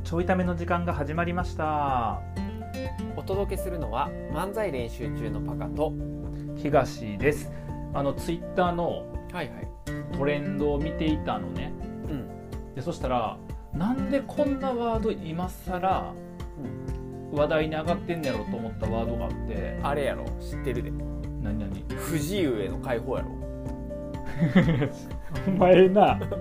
ちょいための時間が始まりました。 お届けするのは漫才練習中のパカと東です。ツイッターのトレンドを見ていたのね、でそしたらなんでこんなワード今更話題に上がってんねやろと思ったワードがあって、 あれやろ、知ってるで。 何不自由への解放やろ。 お前な、 はい、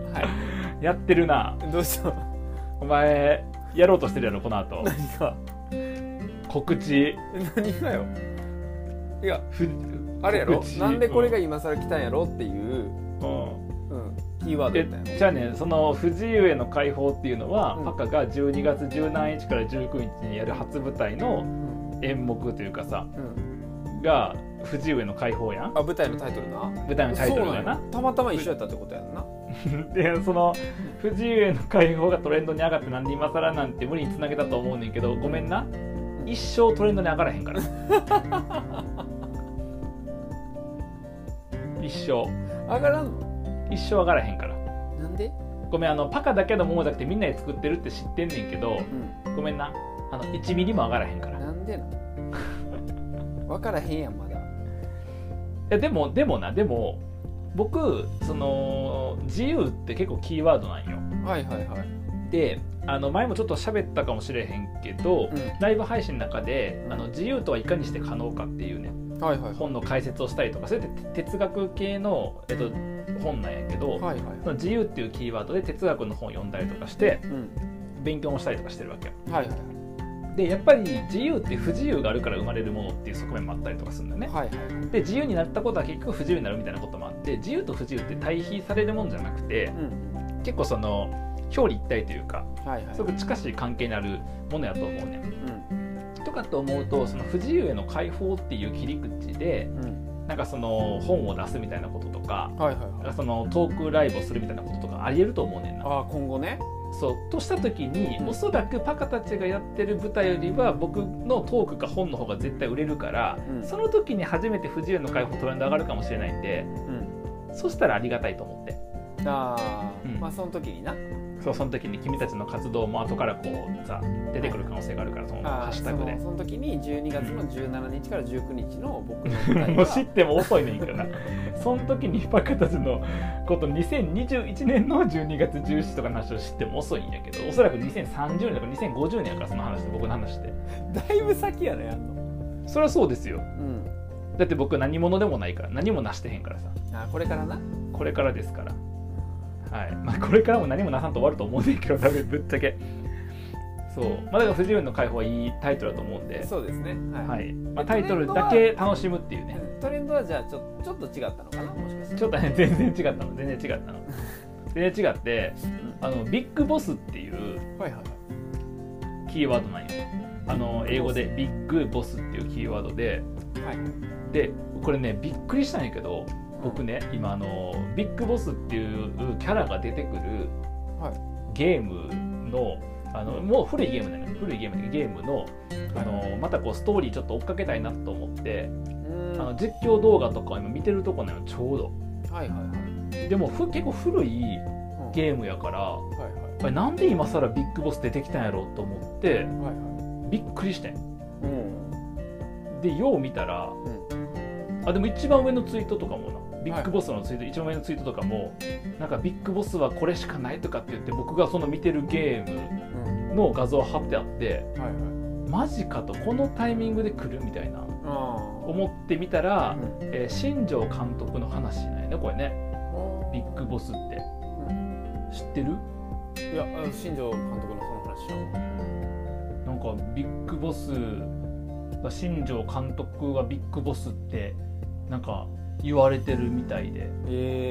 やってるな。 どうした？ お前やろうとしてるやろこの後。 何か告知。 何かよ。いやあれやろ、なんでこれが今更来たんやろっていう、キーワードみたいな。 じゃあね、その不自由への解放っていうのは、パカが12月17日から19日にやる初舞台の演目というかさ、が不自由への解放やん。 舞台のタイトルな。 舞台のタイトルがな。 たまたま一緒やったってことやんな。 でその不自由への解放がトレンドに上がって、なんで今更なんて無理につなげたと思うねんけど、ごめんな、一生トレンドに上がらへんから一生上がらんの？ 一生上がらへんから。 なんで？ ごめん、パカだけのものじゃなくてみんなで作ってるって知ってんねんけど、ごめんな、1ミリも上がらへんから。 なんでな分からへんやんまだ。 でも僕その自由って結構キーワードなんよ。 はいはいはい。 で前もちょっと喋ったかもしれへんけど、ライブ配信の中で自由とはいかにして可能かっていうね、本の解説をしたりとか、それって哲学系の、本なんやけど、その自由っていうキーワードで哲学の本を読んだりとかして、勉強もしたりとかしてるわけよ。でやっぱり自由って不自由があるから生まれるものっていう側面もあったりとかするんだよね。で自由になったことは結局不自由になるみたいなこともあって、自由と不自由って対比されるもんじゃなくて、結構その表裏一体というか、すごく近しい関係になるものやと思うね。とかと思うと、その不自由への解放っていう切り口で、なんかその本を出すみたいなこととか、そのトークライブをするみたいなこととかありえると思うねんな。 今後ね。 そうとした時に、おそらくパカたちがやってる舞台よりは僕のトークか本の方が絶対売れるから、その時に初めて不自由の解放トレンド上がるかもしれないんで、そしたらありがたいと思って。まあその時にな。 その時に君たちの活動も後からこうさ出てくる可能性があるから、そのハッシュタグで。 その時に12月の17日から19日の僕の舞台もう知っても遅いねんからな。その時にパカたちのこと2021年の12月17日とかの話を知っても遅いんやけど、おそらく2030年とか2050年やから、その話で僕の話ってだいぶ先やね、やんの。 そりゃそうですよ、だって僕何者でもないから、何もなしてへんからさ。 これからな。 これからですから。これからも何もなさんと終わると思うんだけど、ぶっちゃけそう、だから不自由の解放はいいタイトルだと思うんで。 そうですね。 タイトルだけ楽しむっていうね。 トレンドはじゃあちょっと違ったのかな、もしかして。 ちょっとね、全然違ったの。全然違って、ビッグボスっていうキーワードなんよ。英語でビッグボスっていうキーワードで、でこれねびっくりしたんやけど、僕ね今ビッグボスっていうキャラが出てくるゲームのもう古いゲームだね。古いゲームのまたこうストーリーちょっと追っかけたいなと思って、実況動画とか今見てるとこなの、ちょうど。でも結構古いゲームやから、なんで今更ビッグボス出てきたんやろうと思って、びっくりしてん。でよう見たら、でも一番上のツイートとかもな、ビッグボスのツイート、一番上のツイートとかもなんかビッグボスはこれしかないとかって言って、僕がその見てるゲームの画像貼ってあって、マジかと、このタイミングで来るみたいな思ってみたら、新庄監督の話なんやね、これね。ビッグボスって知ってる？ いや、新庄監督のその話はなんかビッグボス、新庄監督がビッグボスってなんか言われてるみたいで、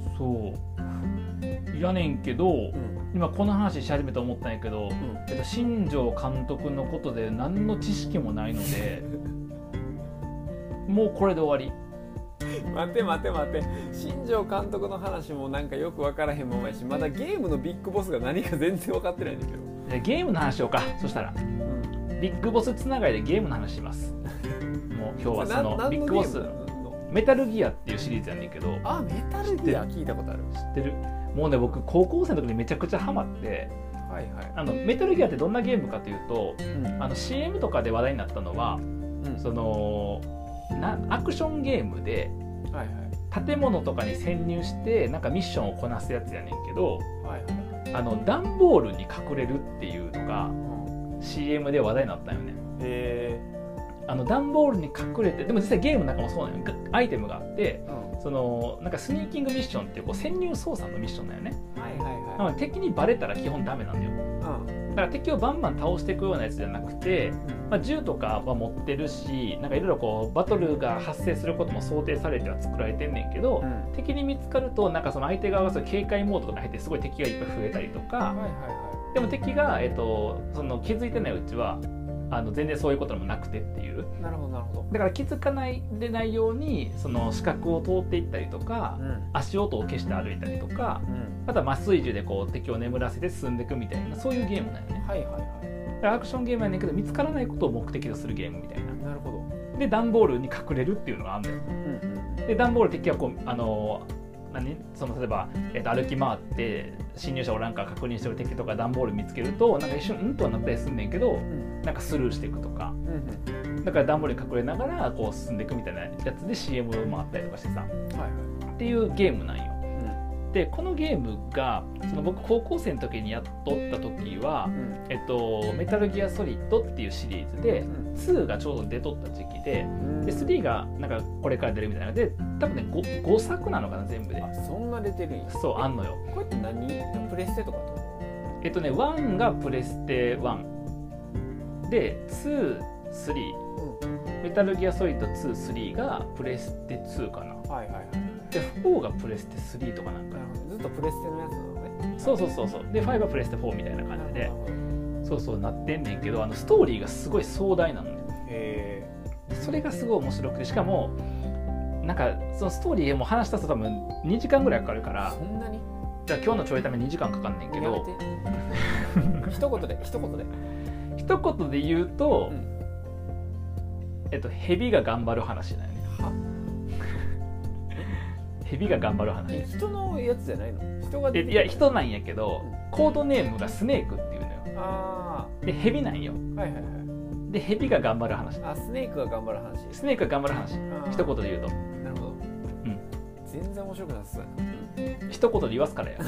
そうやねんけど、今この話し始めて思ったんやけど、新庄監督のことで何の知識もないのでもうこれで終わり。 待て新庄監督の話もなんかよく分からへんままやし、まだゲームのビッグボスが何か全然分かってないんだけど。 ゲームの話しようか。そしたら、ビッグボスつながりでゲームの話します。もう今日はそのビッグボスメタルギアっていうシリーズやねんけど。 メタルギア聞いたことある。 知ってる？もうね、僕高校生の時にめちゃくちゃハマって、 はいはい、 メタルギアってどんなゲームかというと、CM とかで話題になったのは、そのアクションゲームで、はいはい、建物とかに潜入してなんかミッションをこなすやつやねんけど、はいはい、段ボールに隠れるっていうのが、CM で話題になったよね。段ボールに隠れて、でも実際ゲームの中もそうなのよ。アイテムがあって、そのなんかスニーキングミッションっていう潜入捜査のミッションだよね。はいはいはい、なので敵にバレたら基本ダメなんだよ。だから敵をバンバン倒していくようなやつじゃなくて、銃とかは持ってるし、なんかいろいろこうバトルが発生することも想定されては作られてんねんけど、敵に見つかるとなんかその相手側が警戒モードとかに入ってすごい敵がいっぱい増えたりとか、でも敵が、その気づいてないうちは全然そういうこともなくてっていう。 なるほどなるほど。 だから気づかないでないようにその視覚を通っていったりとか、足音を消して歩いたりとか、あとは麻酔銃でこう敵を眠らせて進んでいくみたいな、そういうゲームなんよね。はいはいはい。だからアクションゲームやねんけど、見つからないことを目的とするゲームみたいな。 なるほど。 で段ボールに隠れるっていうのがあるんだよ。で段ボール敵はこうその例えば、歩き回って侵入者おらんか確認してる敵とか段ボール見つけるとなんか一瞬とはなったりすんねんけど、なんかスルーしていくとか、だから段ボールに隠れながらこう進んでいくみたいなやつで CM もあったりとかしてさ、っていうゲームなんよ。でこのゲームがその僕高校生の時にやっとった時は、メタルギアソリッドっていうシリーズで、2がちょうど出とった時期で、3がなんかこれから出るみたいなので、多分ね 5作なのかな全部で。 あ、そんな出てるんや。 そうあんのよ。 これって何？プレステとかと 1がプレステ1で2、3、メタルギアソリッド2、3がプレステ2かな。はいはいはい。で4がプレステ3とかなんかな。 ずっとプレステのやつなのね。 そうで5はプレステ4みたいな感じで、そうなってんねんけど、ストーリーがすごい壮大なのね。それがすごい面白くて、しかもなんかそのストーリーも話したと多分2時間ぐらいかかるから。そんなに？じゃあ今日のちょいため2時間かかんねんけど一言で言うと、蛇が頑張る話だよね。蛇が頑張る話。 人のやつじゃないの？人が出ていや人なんやけど、コードネームがスネークっていうのよ。で蛇なんよ。はいはいはい。で蛇が頑張る話。 スネークが頑張る話。 スネークが頑張る話。一言で言うと。 なるほど。全然面白くなさそうやな。一言で言わすからや。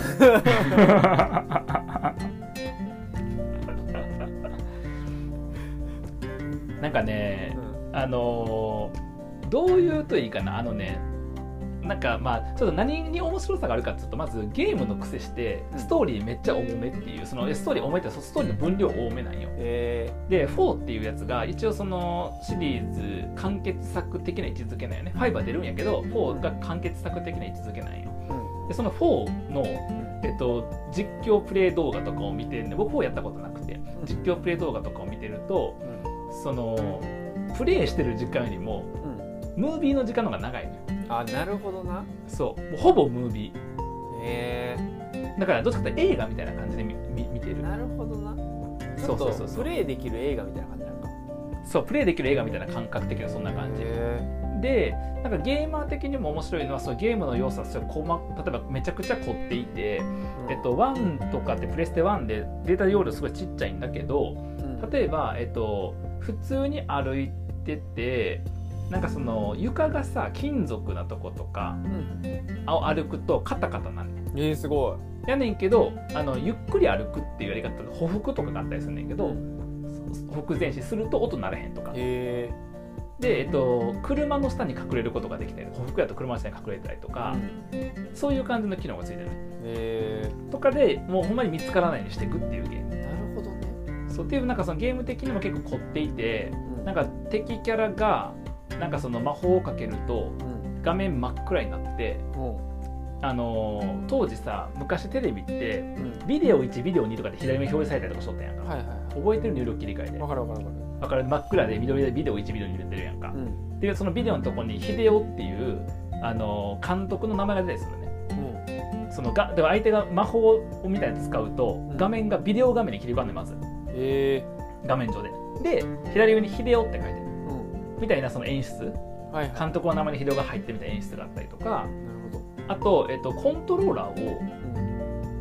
なんかね、どう言うといいかな、なんかまあちょっと何に面白さがあるかっていうと、まずゲームの癖してストーリーめっちゃ重めっていう、そのストーリー重めってストーリーの分量多めなんよ。で4っていうやつが一応そのシリーズ完結作的な位置づけなんよね。5は出るんやけど4が完結作的な位置づけなんよ。でその4の、実況プレイ動画とかを見てるんで、僕4やったことなくて実況プレイ動画とかを見てると、そのプレイしてる時間よりも、ムービーの時間の方が長いのよ。 なるほどな。 そうもうほぼムービー。だからどっちかというと映画みたいな感じで見てる。 なるほどな。そうプレイできる映画みたいな感じなのか。 そうプレイできる映画みたいな感覚的なそんな感じで、なんかゲーマー的にも面白いのは、そのゲームの要素は例えばめちゃくちゃ凝っていて、1とかってプレステ1でデータ容量すごいちっちゃいんだけど、例えば、普通に歩いてて、なんかその床がさ金属なとことか歩くとカタカタなんねん。 すごい。やねんけどゆっくり歩くっていうやり方で歩幅とかがあったりするんねんけど、歩幅前進すると音鳴れへんとか。で、車の下に隠れることができたり、歩幅やと車の下に隠れたりとか、そういう感じの機能がついてるね。とかでもうほんまに見つからないようにしていくっていうゲーム。 なるほどね。 そうっていう、なんかそのゲーム的にも結構凝っていて、なんか敵キャラがなんかその魔法をかけると画面真っ暗になって、当時さ昔テレビってビデオ1ビデオ2とかで左目表示されたりとかしとったやんか。覚えてる？入力切り替えで。わかる真っ暗で緑でビデオ1ビデオ2出てるやんか。でそのビデオのところに秀夫っていう監督の名前が出たりするね。そのだから相手が魔法みたいなの使うと画面がビデオ画面に切り替わるねまず。画面上で。で左上に秀夫って書いてる。みたいなその演出、監督の名前に秀夫が入ってみたいな演出があったりとか、あと、コントローラーを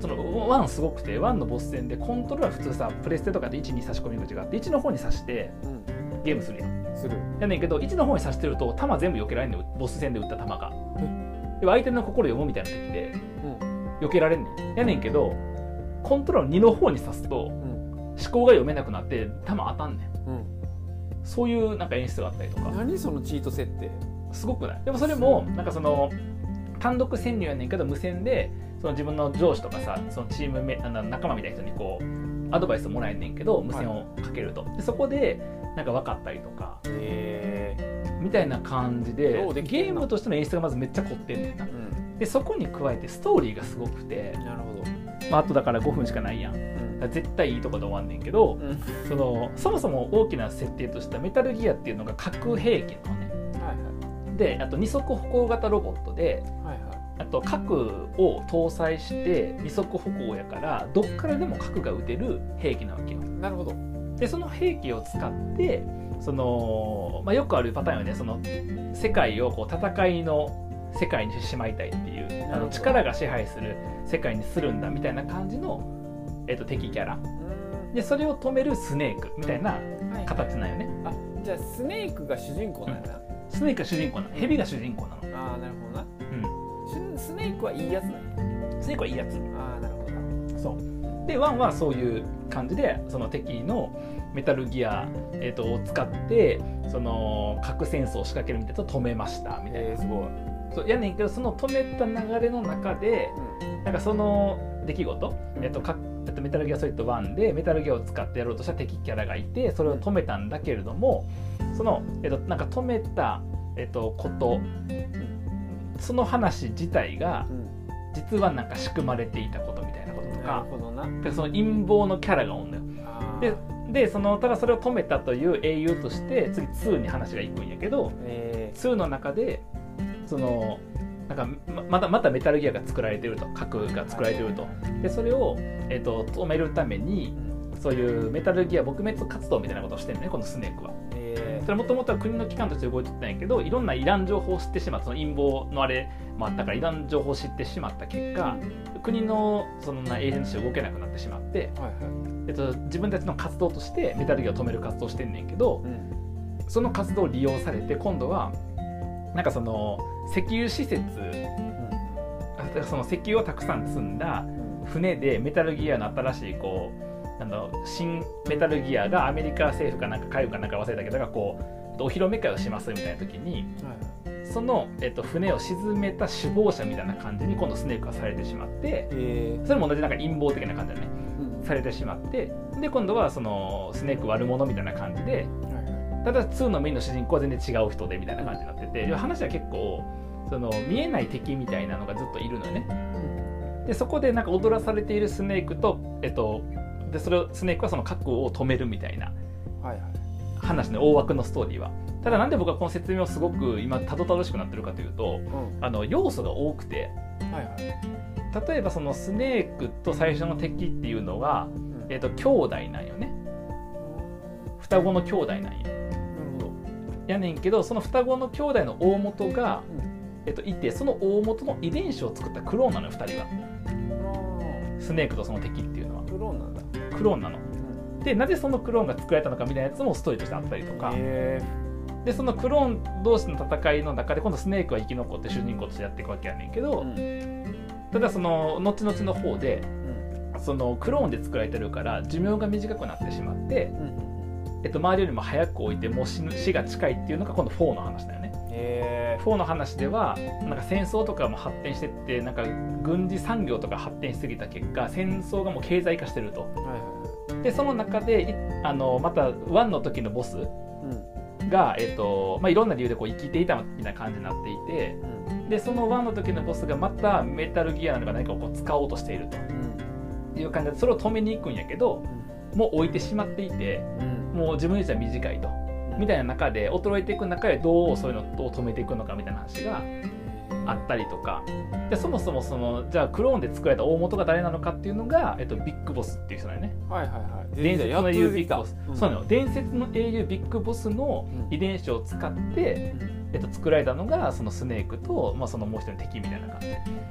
その1すごくて、1のボス戦でコントローラー普通さプレステとかで1に差し込み口があって1の方に差してゲームするやん。 するやねんけど1の方に差してると弾全部避けられんねん、ボス戦で撃った弾が。で相手の心読むみたいな時で避けられんねん。やねんけどコントローラー2の方に刺すと思考が読めなくなって弾当たんねん。そういうなんか演出があったりとか。 何そのチート設定すごくない？でもそれもなんかその単独潜入やねんけど無線でその自分の上司とかさ、そのチーム仲間みたいな人にこうアドバイスをもらえんねんけど無線をかけると、でそこでなんか分かったりとかみたいな感じでゲームとしての演出がまずめっちゃ凝ってんねんな。でそこに加えてストーリーがすごくて、 なるほど、 まあ、あとだから5分しかないやん、絶対いいとこで終わんねんけど、そもそも大きな設定としてはメタルギアっていうのが核兵器のね、であと二足歩行型ロボットで、あと核を搭載して二足歩行やからどっからでも核が撃てる兵器なわけよ。 なるほど。 でその兵器を使ってその、まあ、よくあるパターンはね、その世界をこう戦いの世界にしまいたいっていう、力が支配する世界にするんだみたいな感じの、敵キャラで、それを止めるスネークみたいな形なんよね。 あ、じゃあスネークが主人公なんやな。 スネークが主人公なの、ヘビが主人公なの。 ああ、なるほどな。スネークはいいやつなんや。 スネークはいいやつ。 ああ、なるほど。 そうで1はそういう感じで、その敵のメタルギア、を使ってその核戦争を仕掛けるみたいなと止めましたみたいな。 すごい。 そうやねんけど、その止めた流れの中で、なんかその出来事、メタルギアソリッド1でメタルギアを使ってやろうとした敵キャラがいて、それを止めたんだけれども、その、なんか止めた、こと、その話自体が、実はなんか仕組まれていたことみたいなこととか、でその陰謀のキャラがおんのよ。でただそれを止めたという英雄として次2に話がいくんやけど、2の中でそのなんかまたメタルギアが作られていると、核が作られていると。でそれを、止めるためにそういうメタルギア撲滅活動みたいなことをしてるね、このスネークは。それもともとは国の機関として動いてたんやけど、いろんないらん情報を知ってしまった、その陰謀のあれもあったからいらん情報を知ってしまった結果、国のそのエージェントとして動けなくなってしまって、自分たちの活動としてメタルギアを止める活動をしてんねんけど、その活動を利用されて今度はなんかその石油施設、その石油をたくさん積んだ船でメタルギアの新しいこう新メタルギアがアメリカ政府かなんか海軍かなんか忘れたけどがこうお披露目会をしますみたいな時に、その、船を沈めた首謀者みたいな感じに今度スネークがされてしまって、それも同じなんか陰謀的な感じでね、されてしまって、で今度はそのスネーク悪者みたいな感じで、ただ2のメインの主人公は全然違う人でみたいな感じになってて、話は結構その見えない敵みたいなのがずっといるのよね。でそこでなんか踊らされているスネークと、でそれをスネークはその核を止めるみたいな話の大枠のストーリーは。ただなんで僕はこの説明をすごく今たどたどしくなってるかというと、要素が多くて、例えばそのスネークと最初の敵っていうのは、兄弟なんよね。双子の兄弟なんよ。やねんけど、その双子の兄弟の大元が、いて、その大元の遺伝子を作ったクローンなのよ、2人は。スネークとその敵っていうのはクローンなんだ。 クローンなの。でなぜそのクローンが作られたのかみたいなやつもストーリーとしてあったりとか、でそのクローン同士の戦いの中で今度スネークは生き残って主人公としてやっていくわけやねんけど、ただその後々の方で、そのクローンで作られてるから寿命が短くなってしまって、周りよりも早く置いてもう死が近いっていうのが今度4の話だよね。4の話ではなんか戦争とかも発展してってなんか軍事産業とか発展しすぎた結果戦争がもう経済化してると。でその中でまた1の時のボスが、いろんな理由でこう生きていたみたいな感じになっていて、でその1の時のボスがまたメタルギアなのか何かをこう使おうとしているという感じでそれを止めに行くんやけど、もう置いてしまっていて、もう自分には短いとみたいな中で衰えていく中でどうそういうのを止めていくのかみたいな話があったりとか、でそもそもそのじゃあクローンで作られた大元が誰なのかっていうのが、ビッグボスっていう人だよね。伝説の英雄ビッグボス、そうなの。伝説の英雄ビッグボスの遺伝子を使って、作られたのがそのスネークと、そのもう一人の敵みたいな感じ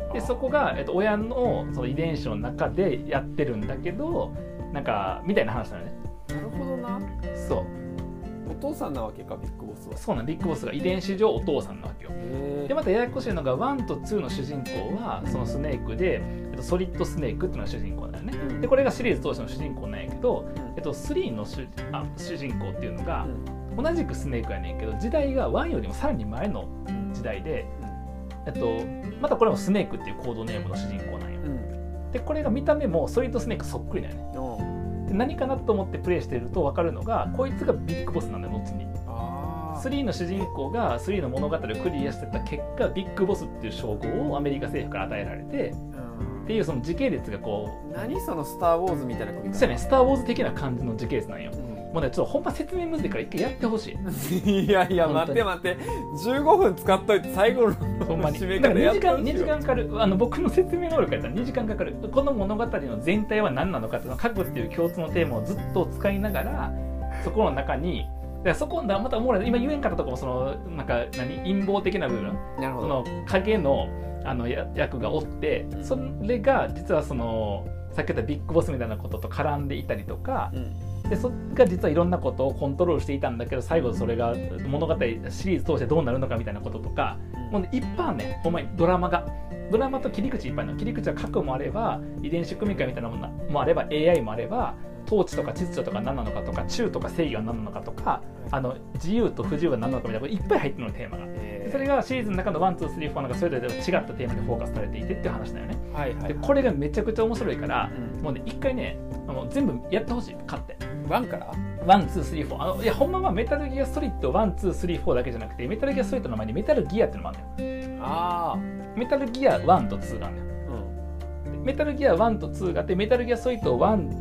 でそこが、親のその遺伝子の中でやってるんだけどなんかみたいな話なのね。 なるほどな。 そうお父さんなわけかビッグボスは。 そうなんビッグボスが遺伝子上お父さんなわけよ。でまたややこしいのが1と2の主人公はそのスネークで、ソリッドスネークっていうのが主人公なんだよね。でこれがシリーズ通しての主人公なんやけど、3の主人公っていうのが、同じくスネークやねんけど時代が1よりもさらに前の時代で、またこれもスネークっていうコードネームの主人公なんよ。でこれが見た目もソリッドスネークそっくりなんよね。で何かなと思ってプレイしてると分かるのがこいつがビッグボスなんだよ後に。3の主人公が3の物語をクリアしてた結果ビッグボスっていう称号をアメリカ政府から与えられて、っていうその時系列がこう何そのスター・ウォーズみたいな組み方。 そうやね、スター・ウォーズ的な感じの時系列なんよ。もうねちょっとほんま説明むずいから一回やってほしい。いやいや待って待って15分使っといて最後のほんまに締め方やってほしいよ。 2時間かかる。僕の説明能力やったら2時間かかる。この物語の全体は何なのかっていうのを書くっていう共通のテーマをずっと使いながらそこの中にそこまたおもろい今言えんかったとこもそのなんか陰謀的な部分、 なるほど、 その影の役がおって、それが実はそのさっき言ったビッグボスみたいなことと絡んでいたりとか、でそれが実はいろんなことをコントロールしていたんだけど最後それが物語シリーズ通してどうなるのかみたいなこととか、もうねいっぱいあるねほんまにドラマと切り口いっぱいあるの。切り口は核もあれば遺伝子組み換えみたいなものもあれば AI もあれば統治とか秩序とか何なのかとか中とか正義は何なのかとか自由と不自由は何なのかみたいなこといっぱい入ってるのテーマが。それがシリーズの中の1、2、3、4なんかそれぞれ違ったテーマでフォーカスされていてっていう話だよね。でこれがめちゃくちゃ面白いから、もうね一回ね全部やってほしい。買って 1から 1、2、3、4いやほんまはメタルギアソリッド1、2、3、4だけじゃなくてメタルギアソリッドの前にメタルギアっていうのもあるんだよ。メタルギア1と2があるんだよ。メタルギア1と2があってメタルギアソリッド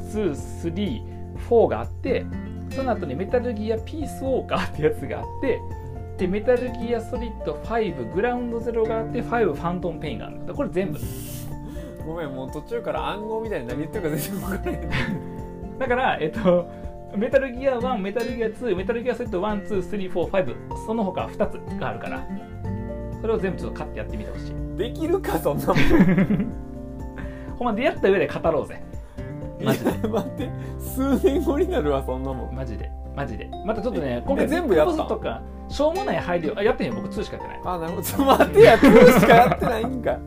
1、2、3、4があってその後にメタルギアピースウォーカーってやつがあってでメタルギアソリッド5グラウンドゼロがあって5ファントムペインがあるんだ。これ全部ごめんもう途中から暗号みたいに何言ってるか全然分からへんだからメタルギア1メタルギア2メタルギアソリッド1、2、3、4、5その他2つがあるからそれを全部ちょっと買ってやってみてほしい。 できるかそんなもんほんま出会った上で語ろうぜマジで。 待って数年後になるわそんなもんマジでまたちょっとね今回全部やったとかしょうもない配慮やってへんよ僕2しかやってない。 なるほどちょっと待ってや2しかやってないんか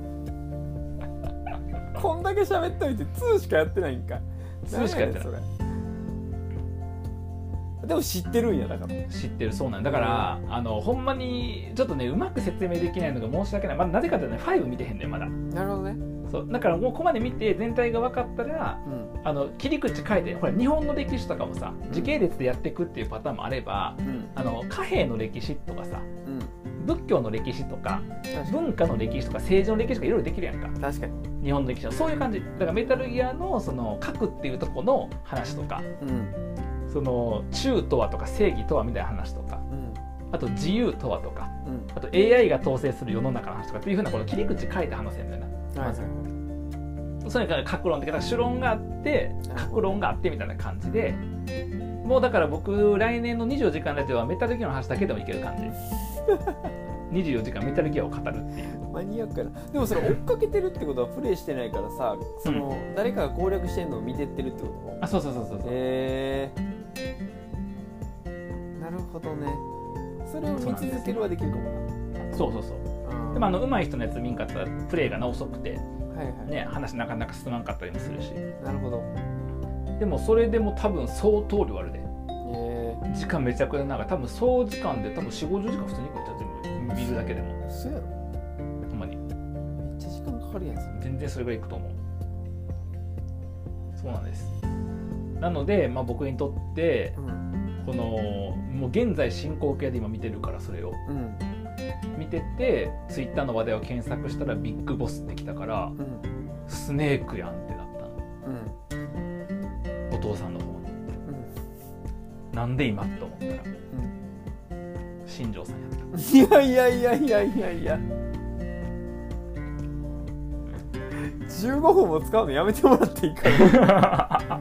こんだけ喋っといて2しかやってないんか。 2しかやってない。 それでも知ってるんやだから知ってる。そうなんだからほんまにちょっとねうまく説明できないのが申し訳ない。まだなぜかというとね5見てへんねんまだ。 なるほどね。 そうだからもうここまで見て全体が分かったら、切り口変えてほら日本の歴史とかもさ時系列でやっていくっていうパターンもあれば、貨幣の歴史とかさ、仏教の歴史とか文化の歴史とか政治の歴史とかいろいろできるやんか。 確かに日本の歴史はそういう感じだからメタルギアのその核っていうところの話とか、その中とはとか正義とはみたいな話とか、あと自由とはとか、あと AI が統制する世の中の話とかっていうふうなこの切り口変えて話せるんだよな。まずそれから各論的な主論があって各論があってみたいな感じでもうだから僕来年の24時間ラジオはメタルギアの話だけでもいける感じ24時間メタルギアを語るっていうマニアックやな。でもそれ追っかけてるってことはプレイしてないからさその、誰かが攻略してんのを見てってるってこと？ そうなるほどね。それを見続けるはできるかもな。 そうでも上手い人のやつ見んかったらプレイが遅くて、ね、話なかなか進まんかったりもするし。 なるほど。 でもそれでも多分相当量あるで、時間めちゃくちゃ長い。多分総時間で多分4、50時間普通にいくんちゃう全部見るだけでも。 そうやろほんまにめっちゃ時間かかるやつ。 全然それがいくと思う。そうなんです。なので、僕にとって、このもう現在進行形で今見てるからそれを、見ててツイッターの話題を検索したらビッグボスってきたから、スネークやんってなったの、お父さんの方に、なんで今と思ったら、新庄さんやった。 いや15分も使うのやめてもらっていいかな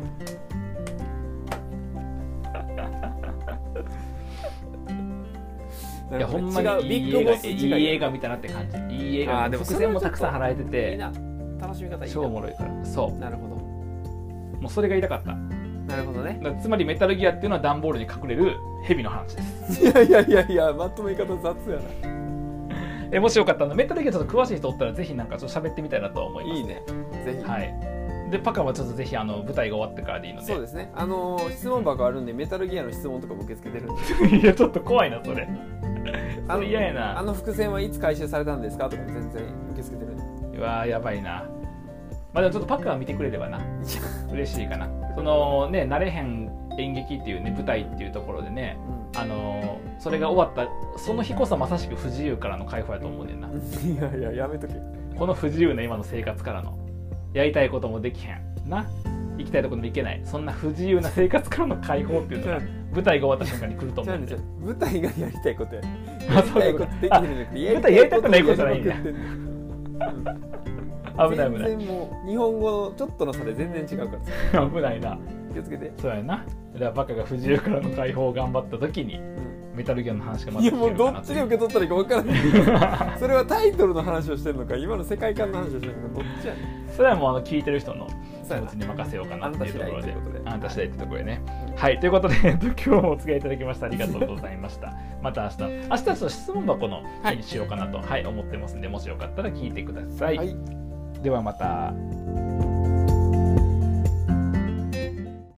いやほんまにいい映画見たなって感じ。いいい映画で伏線もたくさん払えてて、 いいな、楽しみ方いいな。 超おもろいから。そう、 なるほど、 もうそれが言いたかった。 なるほどね。 だからつまりメタルギアっていうのは段ボールに隠れる蛇の話です。 いやいやいやいや、まとめ方雑やな。 もしよかったらメタルギアちょっと詳しい人おったらぜひなんかちょっと喋ってみたいなと思います。 いいね、ぜひ。 はい。でパカはちょっとぜひ舞台が終わってからでいいので。 そうですね、質問箱あるんでメタルギアの質問とかも受け付けてるんでいやちょっと怖いなそれ。それ嫌やな。 伏線はいつ回収されたんですかとかも全然受け付けてるんで。 うわーやばいな。まあでもちょっとパカは見てくれればな嬉しいかな。そのね、慣れへん演劇っていうね舞台っていうところでね、それが終わったその日こそまさしく不自由からの解放やと思うねんな。 いやいややめとけ。 この不自由な今の生活からのやりたいこともできへんな、行きたいところにも行けない、そんな不自由な生活からの解放っていうのが舞台が終わった瞬間に来ると思うんで。 舞台がやりたいことや。 あ、そういうこと。舞台やりたくないことじゃないんだ。危ない危ない。 全然もう日本語のちょっとの差で全然違うから危ないな。 気をつけて。 そうやな。だからバカが不自由からの解放を頑張った時に、メタルギアの話がまた聞けるかな。 いやもうどっちで受け取ったらいいか分からない。それはタイトルの話をしてるのか今の世界観の話をしてるのかどっちやねん。 それはもう聞いてる人の気持ちに任せようかなっていうところで、あなた次第ってところでね。はい、ということで今日もお付き合いいただきましてありがとうございました。また明日ちょっと質問箱の日にしようかなと、思ってますんで、もしよかったら聞いてください。ではまた。